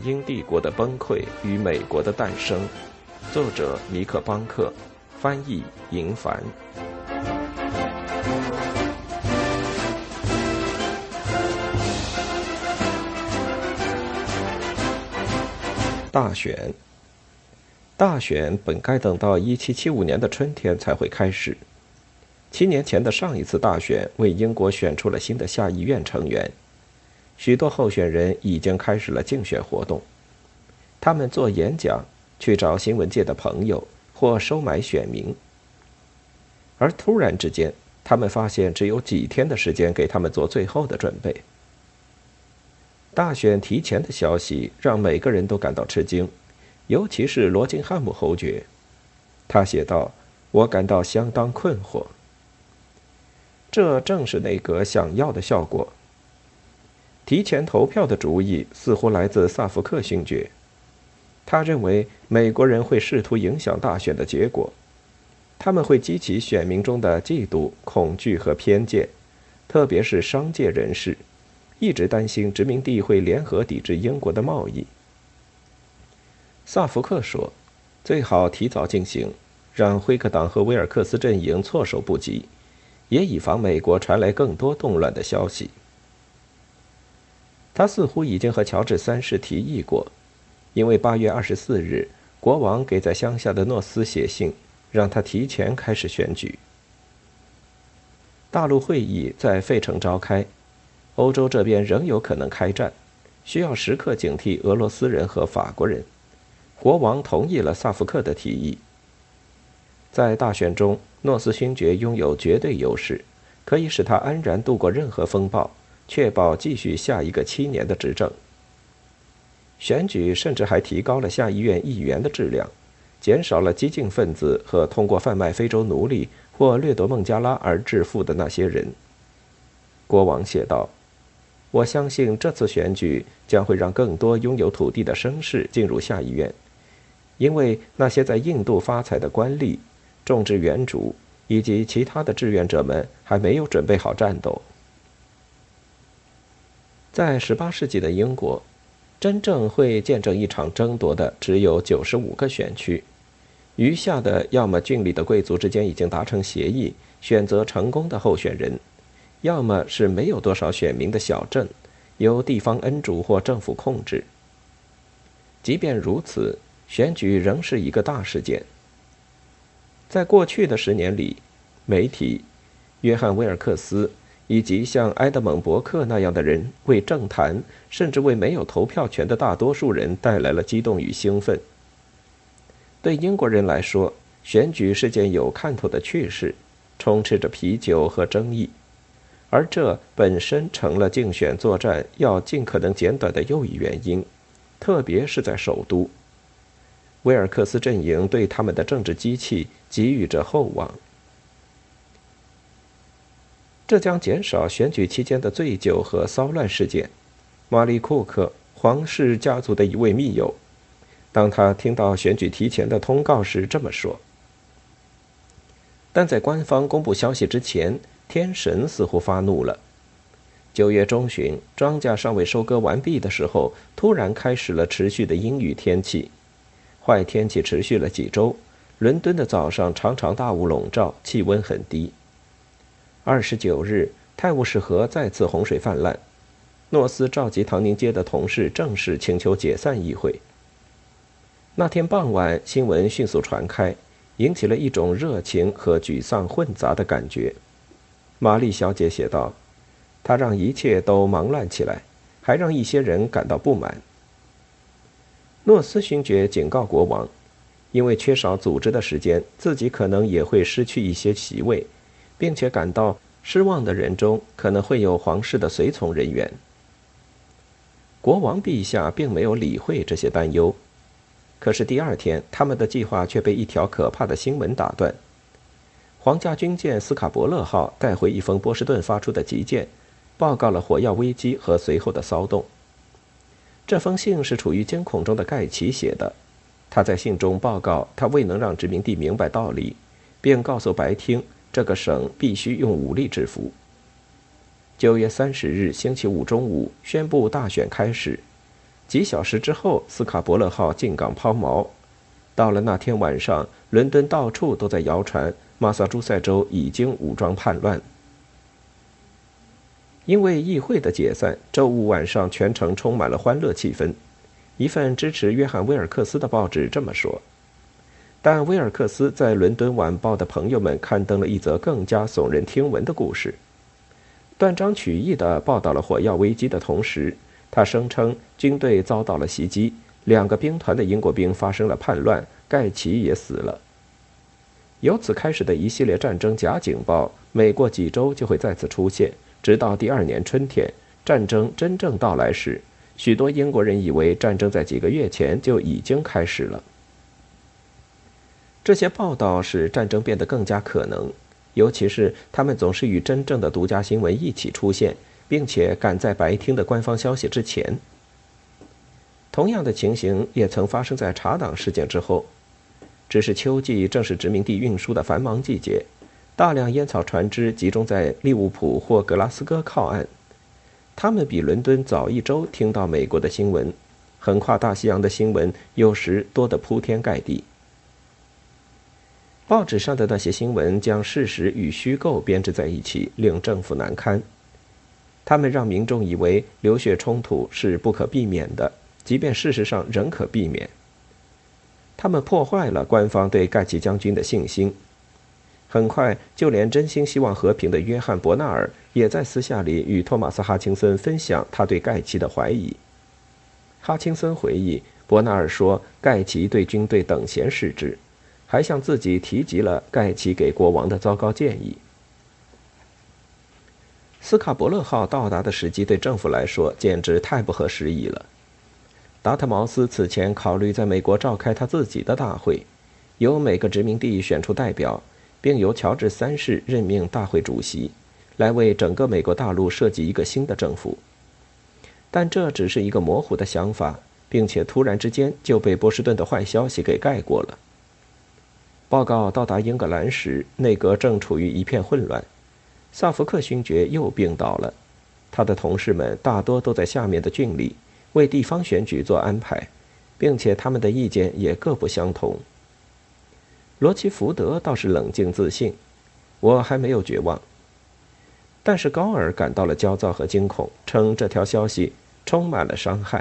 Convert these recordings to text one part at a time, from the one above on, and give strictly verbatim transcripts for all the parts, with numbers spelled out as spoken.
英帝国的崩溃与美国的诞生》，作者尼克·邦克，翻译银凡。大选，大选本该等到一七七五年的春天才会开始。七年前的上一次大选为英国选出了新的下议院成员，许多候选人已经开始了竞选活动。他们做演讲，去找新闻界的朋友，或收买选民。而突然之间，他们发现只有几天的时间给他们做最后的准备。大选提前的消息让每个人都感到吃惊，尤其是罗金汉姆侯爵。他写道：“我感到相当困惑。”这正是内阁想要的效果。提前投票的主意似乎来自萨福克勋爵，他认为美国人会试图影响大选的结果，他们会激起选民中的嫉妒、恐惧和偏见，特别是商界人士，一直担心殖民地会联合抵制英国的贸易。萨福克说，最好提早进行，让辉克党和威尔克斯阵营措手不及，也以防美国传来更多动乱的消息。他似乎已经和乔治三世提议过，因为八月二十四日，国王给在乡下的诺斯写信，让他提前开始选举。大陆会议在费城召开，欧洲这边仍有可能开战，需要时刻警惕俄罗斯人和法国人。国王同意了萨福克的提议。在大选中，诺斯勋爵拥有绝对优势，可以使他安然度过任何风暴，确保继续下一个七年的执政。选举甚至还提高了下议院议员的质量，减少了激进分子和通过贩卖非洲奴隶或掠夺孟加拉而致富的那些人。国王写道：“我相信这次选举将会让更多拥有土地的绅士进入下议院，因为那些在印度发财的官吏、种植园主以及其他的志愿者们还没有准备好战斗。”在十八世纪的英国，真正会见证一场争夺的只有九十五个选区，余下的要么郡里的贵族之间已经达成协议，选择成功的候选人，要么是没有多少选民的小镇，由地方恩主或政府控制。即便如此，选举仍是一个大事件。在过去的十年里，媒体、约翰·威尔克斯以及像埃德蒙·伯克那样的人为政坛，甚至为没有投票权的大多数人带来了激动与兴奋。对英国人来说，选举是件有看头的趣事，充斥着啤酒和争议，而这本身成了竞选作战要尽可能简短的又一原因，特别是在首都。威尔克斯阵营对他们的政治机器给予着厚望。这将减少选举期间的醉酒和骚乱事件。玛丽·库克，皇室家族的一位密友，当他听到选举提前的通告时这么说。但在官方公布消息之前，天神似乎发怒了。九月中旬，庄稼尚未收割完毕的时候，突然开始了持续的阴雨天气。坏天气持续了几周，伦敦的早上常常大雾笼罩，气温很低。二十九日，泰晤士河再次洪水泛滥。诺斯召集唐宁街的同事正式请求解散议会。那天傍晚，新闻迅速传开，引起了一种热情和沮丧混杂的感觉。玛丽小姐写道：“她让一切都忙乱起来，还让一些人感到不满。”诺斯勋爵警告国王，因为缺少组织的时间，自己可能也会失去一些席位，并且感到失望的人中可能会有皇室的随从人员。国王陛下并没有理会这些担忧，可是第二天，他们的计划却被一条可怕的新闻打断。皇家军舰斯卡伯勒号带回一封波士顿发出的急件，报告了火药危机和随后的骚动。这封信是处于惊恐中的盖奇写的，他在信中报告他未能让殖民地明白道理，并告诉白厅这个省必须用武力制服。九月三十日星期五中午宣布大选开始， 几小时之后，斯卡伯勒号进港抛锚。到了那天晚上，伦敦到处都在谣传马萨诸塞州已经武装叛乱。因为议会的解散，周五晚上全城充满了欢乐气氛。一份支持约翰·威尔克斯的报纸这么说，但威尔克斯在《伦敦晚报》的朋友们刊登了一则更加耸人听闻的故事。断章取义地报道了火药危机的同时，他声称军队遭到了袭击，两个兵团的英国兵发生了叛乱，盖奇也死了。由此开始的一系列战争假警报，每过几周就会再次出现，直到第二年春天，战争真正到来时，许多英国人以为战争在几个月前就已经开始了。这些报道使战争变得更加可能，尤其是他们总是与真正的独家新闻一起出现，并且赶在白厅的官方消息之前。同样的情形也曾发生在查党事件之后，只是秋季正是殖民地运输的繁忙季节，大量烟草船只集中在利物浦或格拉斯哥靠岸，他们比伦敦早一周听到美国的新闻，横跨大西洋的新闻有时多得铺天盖地。报纸上的那些新闻将事实与虚构编织在一起，令政府难堪。他们让民众以为流血冲突是不可避免的，即便事实上仍可避免。他们破坏了官方对盖奇将军的信心。很快，就连真心希望和平的约翰·伯纳尔也在私下里与托马斯·哈钦森分享他对盖奇的怀疑。哈钦森回忆，伯纳尔说盖奇对军队等闲视之，还向自己提及了盖奇给国王的糟糕建议。斯卡伯勒号到达的时机对政府来说简直太不合时宜了。达特茅斯此前考虑在美国召开他自己的大会，由每个殖民地选出代表，并由乔治三世任命大会主席，来为整个美国大陆设计一个新的政府。但这只是一个模糊的想法，并且突然之间就被波士顿的坏消息给盖过了。报告到达英格兰时，内阁正处于一片混乱。萨福克勋爵又病倒了，他的同事们大多都在下面的郡里为地方选举做安排，并且他们的意见也各不相同。罗奇福德倒是冷静自信，我还没有绝望。但是高尔感到了焦躁和惊恐，称这条消息充满了伤害。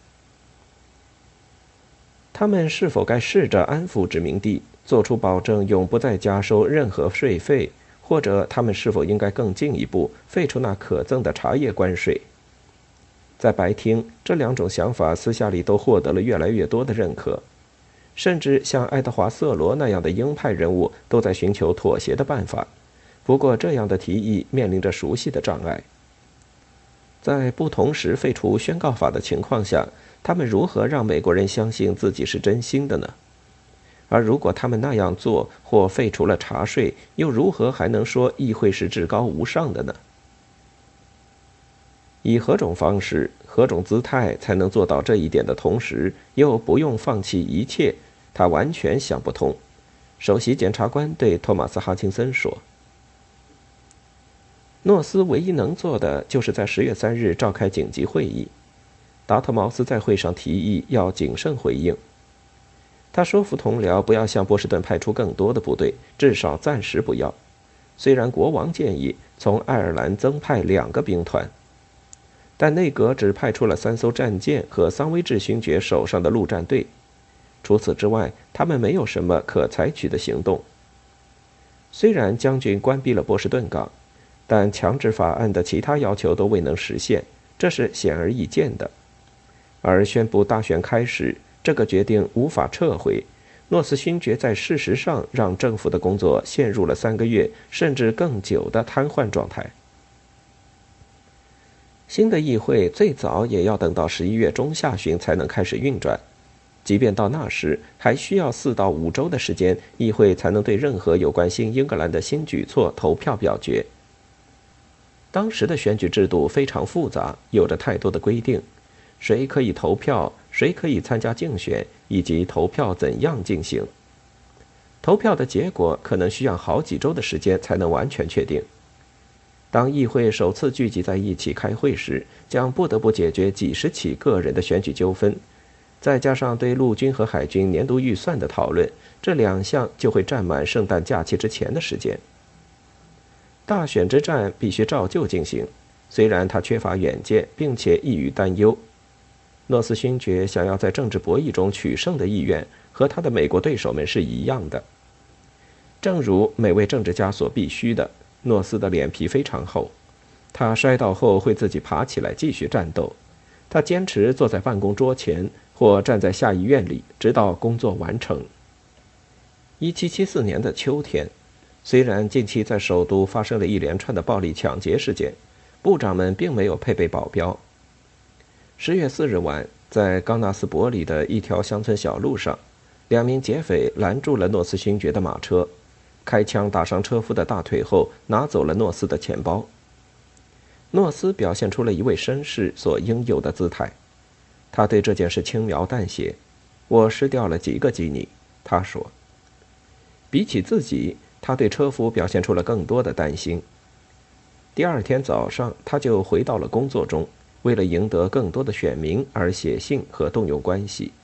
他们是否该试着安抚殖民地，做出保证永不再加收任何税费，或者他们是否应该更进一步废除那可憎的茶叶关税？在白厅，这两种想法私下里都获得了越来越多的认可，甚至像爱德华·瑟罗那样的鹰派人物都在寻求妥协的办法。不过，这样的提议面临着熟悉的障碍。在不同时废除宣告法的情况下，他们如何让美国人相信自己是真心的呢？而如果他们那样做或废除了茶税，又如何还能说议会是至高无上的呢？以何种方式、何种姿态才能做到这一点的同时，又不用放弃一切？他完全想不通。首席检察官对托马斯·哈钦森说：“诺斯唯一能做的，就是在十月三日召开紧急会议。达特茅斯在会上提议要谨慎回应。他说服同僚不要向波士顿派出更多的部队，至少暂时不要。虽然国王建议从爱尔兰增派两个兵团，但内阁只派出了三艘战舰和桑威治勋爵手上的陆战队。除此之外，他们没有什么可采取的行动。虽然将军关闭了波士顿港，但强制法案的其他要求都未能实现，这是显而易见的。而宣布大选开始，这个决定无法撤回。诺斯勋爵在事实上让政府的工作陷入了三个月甚至更久的瘫痪状态。新的议会最早也要等到十一月中下旬才能开始运转，即便到那时，还需要四到五周的时间，议会才能对任何有关新英格兰的新举措投票表决。当时的选举制度非常复杂，有着太多的规定，谁可以投票，谁可以参加竞选，以及投票怎样进行。投票的结果可能需要好几周的时间才能完全确定。 当议会首次聚集在一起开会时，将不得不解决几十起个人的选举纠纷，再加上对陆军和海军年度预算的讨论，这两项就会占满圣诞假期之前的时间。大选之战必须照旧进行，虽然他缺乏远见，并且易于担忧。诺斯勋爵想要在政治博弈中取胜的意愿，和他的美国对手们是一样的。正如每位政治家所必须的，诺斯的脸皮非常厚，他摔倒后会自己爬起来继续战斗。他坚持坐在办公桌前或站在下议院里，直到工作完成。一七七四年的秋天，虽然近期在首都发生了一连串的暴力抢劫事件，部长们并没有配备保镖。十月四日晚，在冈纳斯伯里的一条乡村小路上，两名劫匪拦住了诺斯勋爵的马车，开枪打伤车夫的大腿后，拿走了诺斯的钱包。诺斯表现出了一位绅士所应有的姿态，他对这件事轻描淡写：“我失掉了几个基尼。”他说。比起自己，他对车夫表现出了更多的担心。第二天早上，他就回到了工作中，为了赢得更多的选民而写信和动用关系。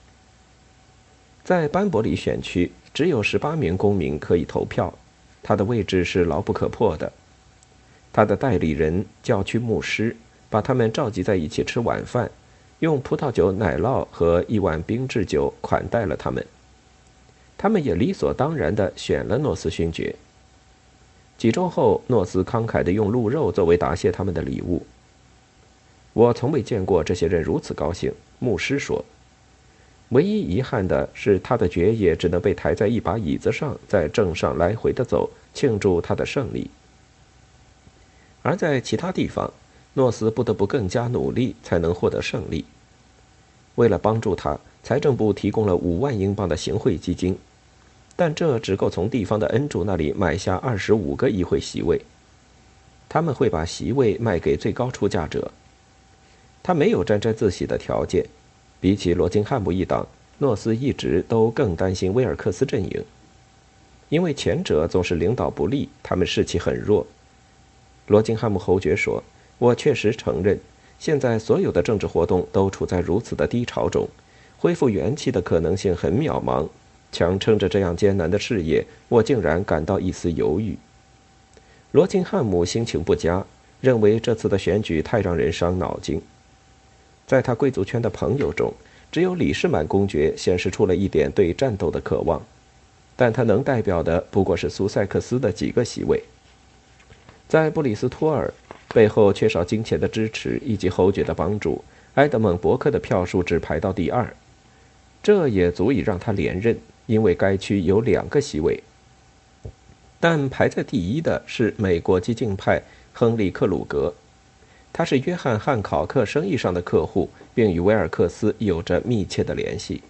在班伯里选区，只有十八名公民可以投票，他的位置是牢不可破的。他的代理人教区牧师把他们召集在一起吃晚饭，用葡萄酒、奶酪和一碗冰制酒款待了他们。他们也理所当然地选了诺斯勋爵。几周后，诺斯慷慨地用鹿肉作为答谢他们的礼物。我从未见过这些人如此高兴，牧师说。唯一遗憾的是，他的爵爷只能被抬在一把椅子上，在镇上来回地走，庆祝他的胜利。而在其他地方，诺斯不得不更加努力才能获得胜利。为了帮助他，财政部提供了五万英镑的行贿基金，但这只够从地方的恩主那里买下二十五个议会席位。他们会把席位卖给最高出价者。他没有沾沾自喜的条件，比起罗金汉姆一党，诺斯一直都更担心威尔克斯阵营，因为前者总是领导不力，他们士气很弱。罗金汉姆侯爵说：“我确实承认，现在所有的政治活动都处在如此的低潮中，恢复元气的可能性很渺茫。强撑着这样艰难的事业，我竟然感到一丝犹豫。”罗金汉姆心情不佳，认为这次的选举太让人伤脑筋。在他贵族圈的朋友中，只有李士满公爵显示出了一点对战斗的渴望，但他能代表的不过是苏塞克斯的几个席位。在布里斯托尔，背后缺少金钱的支持以及侯爵的帮助，埃德蒙·伯克的票数只排到第二，这也足以让他连任，因为该区有两个席位。但排在第一的是美国激进派亨利·克鲁格，他是约翰·汉考克生意上的客户，并与威尔克斯有着密切的联系。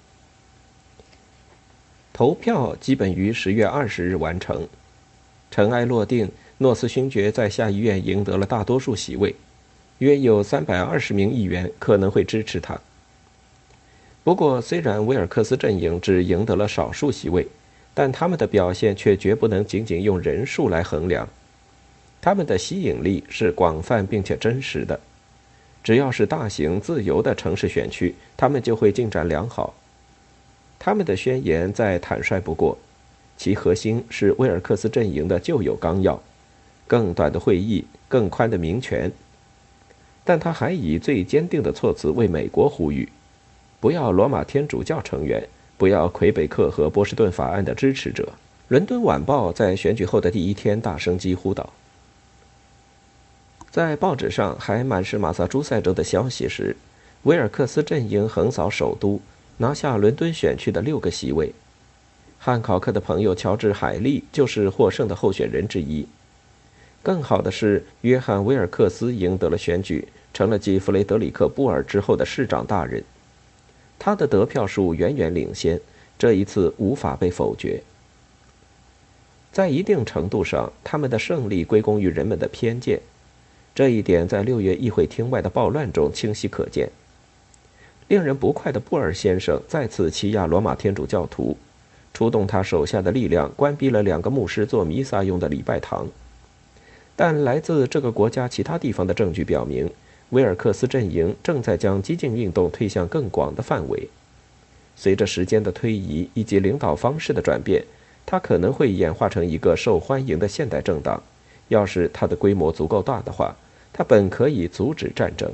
投票基本于十月二十日完成，尘埃落定，诺斯勋爵在下议院赢得了大多数席位，约有三百二十名议员可能会支持他。不过，虽然威尔克斯阵营只赢得了少数席位，但他们的表现却绝不能仅仅用人数来衡量。他们的吸引力是广泛并且真实的。只要是大型自由的城市选区，他们就会进展良好。他们的宣言再坦率不过，其核心是威尔克斯阵营的旧有纲要：更短的会议，更宽的民权。但他还以最坚定的措辞为美国呼吁：不要罗马天主教成员，不要魁北克和波士顿法案的支持者。伦敦晚报在选举后的第一天大声疾呼道。在报纸上还满是马萨诸塞州的消息时，威尔克斯阵营横扫首都，拿下伦敦选区的六个席位。汉考克的朋友乔治·海利就是获胜的候选人之一。更好的是，约翰·威尔克斯赢得了选举，成了继弗雷德里克·布尔之后的市长大人。他的得票数远远领先，这一次无法被否决。在一定程度上，他们的胜利归功于人们的偏见。这一点在六月议会厅外的暴乱中清晰可见。令人不快的布尔先生再次欺压罗马天主教徒，出动他手下的力量关闭了两个牧师做弥撒用的礼拜堂。 但来自这个国家其他地方的证据表明，威尔克斯阵营正在将激进运动推向更广的范围。随着时间的推移以及领导方式的转变，它可能会演化成一个受欢迎的现代政党。要是它的规模足够大的话，它本可以阻止战争。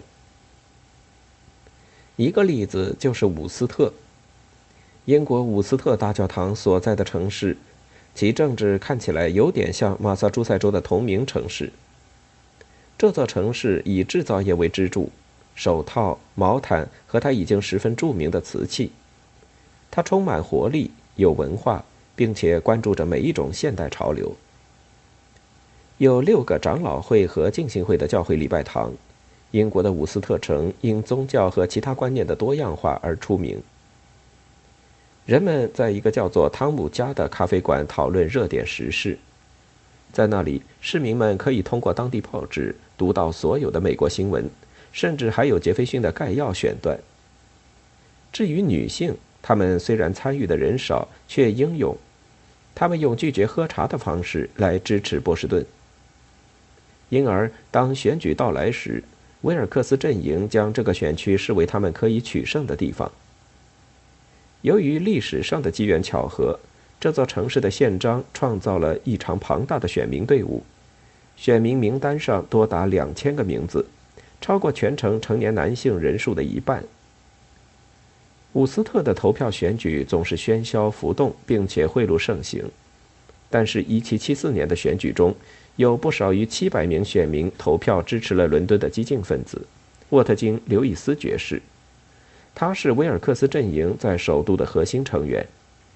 一个例子就是伍斯特，英国伍斯特大教堂所在的城市，其政治看起来有点像马萨诸塞州的同名城市。这座城市以制造业为支柱，手套、毛毯和它已经十分著名的瓷器。它充满活力，有文化，并且关注着每一种现代潮流。有六个长老会和浸信会的教会礼拜堂。英国的伍斯特城因宗教和其他观念的多样化而出名。人们在一个叫做汤姆家的咖啡馆讨论热点时事，在那里，市民们可以通过当地报纸读到所有的美国新闻，甚至还有杰斐逊的概要选段。至于女性，她们虽然参与的人少，却英勇。她们用拒绝喝茶的方式来支持波士顿。因而，当选举到来时，威尔克斯阵营将这个选区视为他们可以取胜的地方。由于历史上的机缘巧合，这座城市的宪章创造了异常庞大的选民队伍，选民名单上多达两千个名字，超过全城成年男性人数的一半。伍斯特的投票选举总是喧嚣浮动，并且贿赂盛行。但是一七七四年的选举中，有不少于七百名选民投票支持了伦敦的激进分子沃特金·刘易斯爵士，他是威尔克斯阵营在首都的核心成员。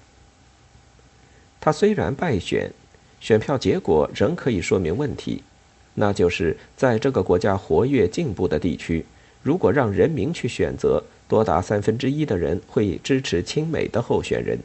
他虽然败选，选票结果仍可以说明问题，那就是在这个国家活跃进步的地区，如果让人民去选择，多达三分之一的人会支持亲美的候选人。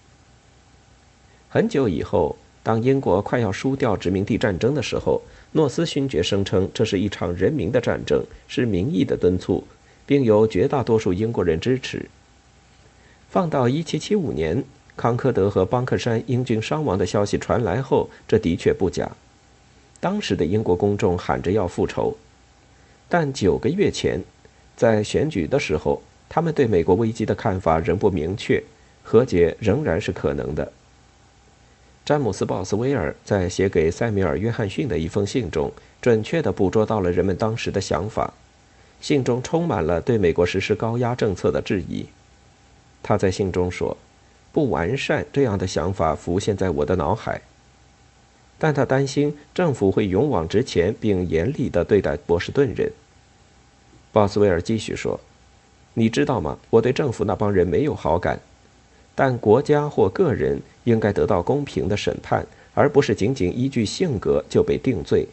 很久以后，当英国快要输掉殖民地战争的时候，诺斯勋爵声称这是一场人民的战争，是民意的敦促，并由绝大多数英国人支持。放到一七七五年，康科德和邦克山英军伤亡的消息传来后，这的确不假。当时的英国公众喊着要复仇，但九个月前，在选举的时候，他们对美国危机的看法仍不明确，和解仍然是可能的。詹姆斯·鲍斯威尔在写给塞缪尔·约翰逊的一封信中，准确地捕捉到了人们当时的想法。信中充满了对美国实施高压政策的质疑。他在信中说：“不完善这样的想法浮现在我的脑海。”但他担心政府会勇往直前，并严厉地对待波士顿人。鲍斯威尔继续说：“你知道吗？我对政府那帮人没有好感。但国家或个人应该得到公平的审判，而不是仅仅依据性格就被定罪。”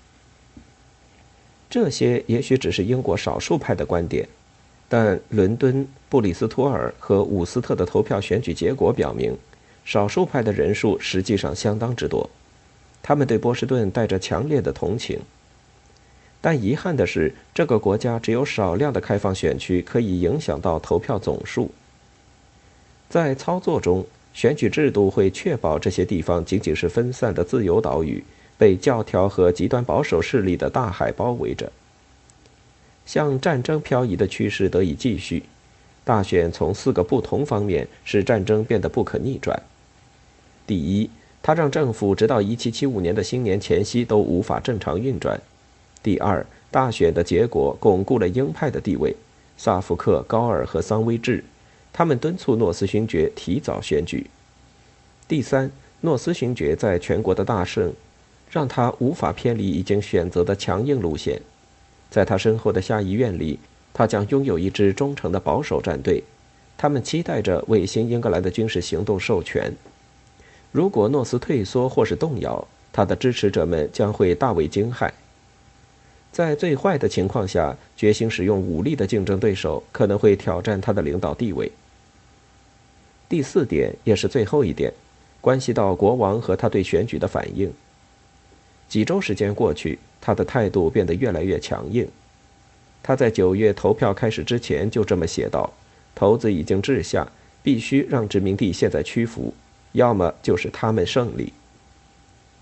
这些也许只是英国少数派的观点，但伦敦、布里斯托尔和伍斯特的投票选举结果表明，少数派的人数实际上相当之多。他们对波士顿带着强烈的同情。但遗憾的是，这个国家只有少量的开放选区可以影响到投票总数。在操作中，选举制度会确保这些地方仅仅是分散的自由岛屿，被教条和极端保守势力的大海包围着。向战争漂移的趋势得以继续，大选从四个不同方面使战争变得不可逆转。第一，它让政府直到一七七五年的新年前夕都无法正常运转。第二，大选的结果巩固了鹰派的地位，萨福克、高尔和桑威治，他们敦促诺斯勋爵提早选举。第三，诺斯勋爵在全国的大胜，让他无法偏离已经选择的强硬路线。在他身后的下议院里，他将拥有一支忠诚的保守战队，他们期待着为新英格兰的军事行动授权。如果诺斯退缩或是动摇，他的支持者们将会大为惊骇。在最坏的情况下，决心使用武力的竞争对手可能会挑战他的领导地位。第四点，也是最后一点，关系到国王和他对选举的反应。几周时间过去，他的态度变得越来越强硬。他在九月投票开始之前就这么写道：“骰子已经掷下，必须让殖民地现在屈服，要么就是他们胜利。”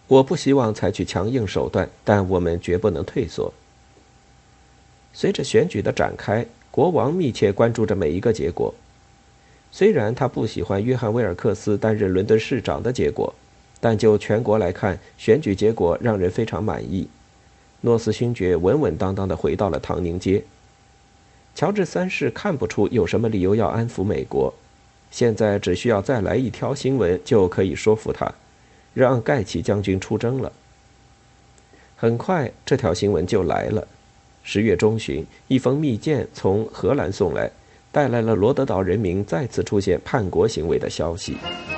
我不希望采取强硬手段，但我们绝不能退缩。随着选举的展开，国王密切关注着每一个结果。虽然他不喜欢约翰·威尔克斯担任伦敦市长的结果，但就全国来看，选举结果让人非常满意。诺斯勋爵稳稳当当地回到了唐宁街。乔治三世看不出有什么理由要安抚美国，现在只需要再来一条新闻就可以说服他，让盖奇将军出征了。很快，这条新闻就来了。十月中旬，一封密件从荷兰送来，带来了罗德岛人民再次出现叛国行为的消息。